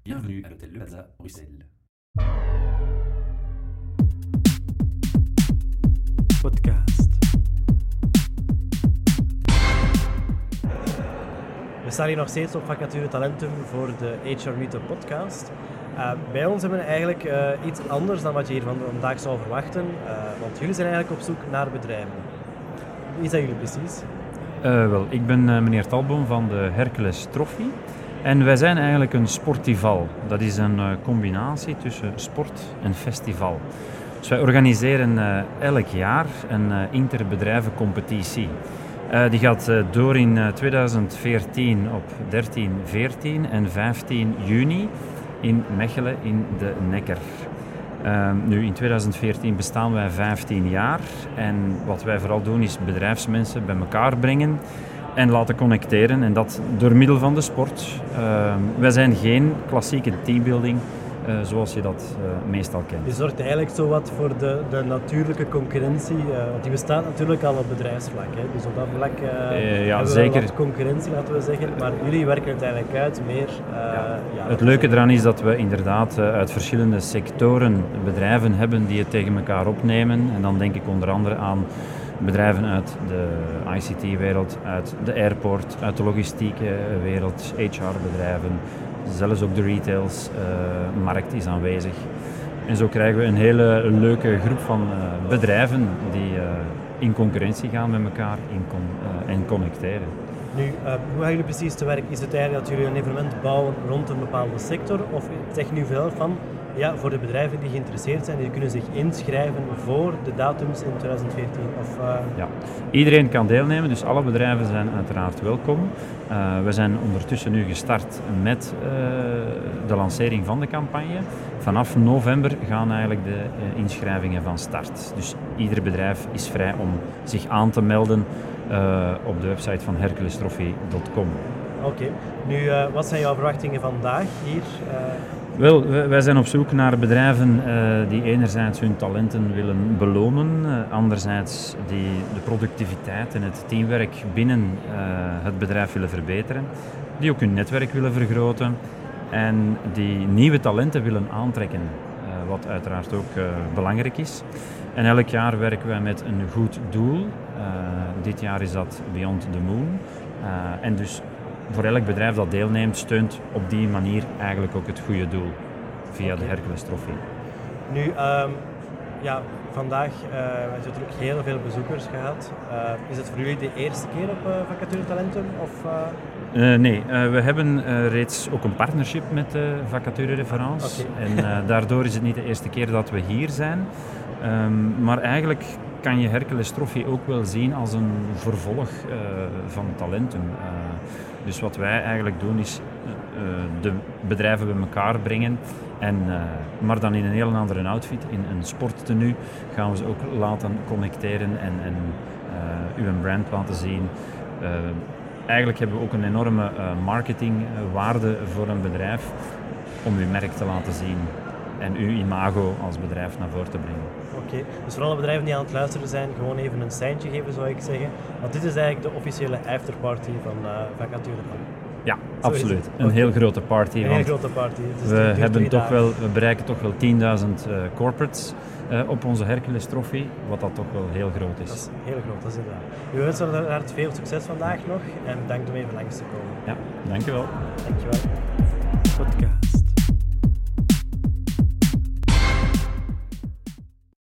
Bienvenue à l'hôtel Le Plaza, Bruxelles. Podcast. We staan hier nog steeds op Vacature Talentum voor de HR Meetup podcast. Bij ons hebben we eigenlijk iets anders dan wat je hier vandaag zou verwachten, want jullie zijn eigenlijk op zoek naar bedrijven. Wie zijn jullie precies? Ik ben meneer Talboom van de Hercules Trophy en wij zijn eigenlijk een sportival. Dat is een combinatie tussen sport en festival. Dus wij organiseren elk jaar een interbedrijvencompetitie. Die gaat door in 2014 op 13, 14 en 15 juni in Mechelen in de Neckar. Nu in 2014 bestaan wij 15 jaar en wat wij vooral doen is bedrijfsmensen bij elkaar brengen en laten connecteren en dat door middel van de sport. Wij zijn geen klassieke teambuilding zoals je dat meestal kent. Je zorgt eigenlijk zo wat voor de natuurlijke concurrentie, want die bestaat natuurlijk al op bedrijfsvlak. Hè? Dus op dat vlak hebben we zeker. wel wat concurrentie, laten we zeggen, maar jullie werken het eigenlijk uit meer... Het leuke eraan is dat we inderdaad uit verschillende sectoren bedrijven hebben die het tegen elkaar opnemen. En dan denk ik onder andere aan bedrijven uit de ICT-wereld, uit de airport, uit de logistieke wereld, HR-bedrijven. Zelfs ook de retailsmarkt is aanwezig. En zo krijgen we een hele leuke groep van bedrijven die in concurrentie gaan met elkaar en connecteren. Nu, hoe gaan jullie precies te werk? Is het eigenlijk dat jullie een evenement bouwen rond een bepaalde sector? Of zeg je nu veel van, ja, voor de bedrijven die geïnteresseerd zijn, die kunnen zich inschrijven voor de datums in 2014? Ja, iedereen kan deelnemen, dus alle bedrijven zijn uiteraard welkom. We zijn ondertussen nu gestart met de lancering van de campagne. Vanaf november gaan eigenlijk de inschrijvingen van start. Dus ieder bedrijf is vrij om zich aan te melden op de website van herculestrophy.com. Oké. Nu, wat zijn jouw verwachtingen vandaag hier? Wij zijn op zoek naar bedrijven die enerzijds hun talenten willen belonen, anderzijds die de productiviteit en het teamwerk binnen het bedrijf willen verbeteren, die ook hun netwerk willen vergroten en die nieuwe talenten willen aantrekken, wat uiteraard ook belangrijk is. En elk jaar werken wij met een goed doel. Dit jaar is dat Beyond the Moon. En dus voor elk bedrijf dat deelneemt, steunt op die manier eigenlijk ook het goede doel via de Hercules Trophy. Nu, vandaag hebben we natuurlijk heel veel bezoekers gehad. Is het voor jullie de eerste keer op Vacature Talentum? Nee, we hebben reeds ook een partnership met de Vacature Reference. Okay. En daardoor is het niet de eerste keer dat we hier zijn. Maar eigenlijk kan je Hercules Trophy ook wel zien als een vervolg van Talentum. Dus wat wij eigenlijk doen is de bedrijven bij elkaar brengen, maar dan in een heel andere outfit, in een sporttenu, gaan we ze ook laten connecteren en uw brand laten zien. Eigenlijk hebben we ook een enorme marketingwaarde voor een bedrijf om uw merk te laten zien en uw imago als bedrijf naar voren te brengen. Oké, dus voor alle bedrijven die aan het luisteren zijn, gewoon even een seintje geven, zou ik zeggen. Want dit is eigenlijk de officiële afterparty van Vacature. Ja, absoluut. Een heel grote party. Een heel grote party. We bereiken toch wel 10.000 corporates op onze Hercules Trophy, wat dat toch wel heel groot is. Dat is heel groot, dat is inderdaad. We wensen uiteraard veel succes vandaag nog en bedankt om even langs te komen. Ja, dankjewel. Dankjewel.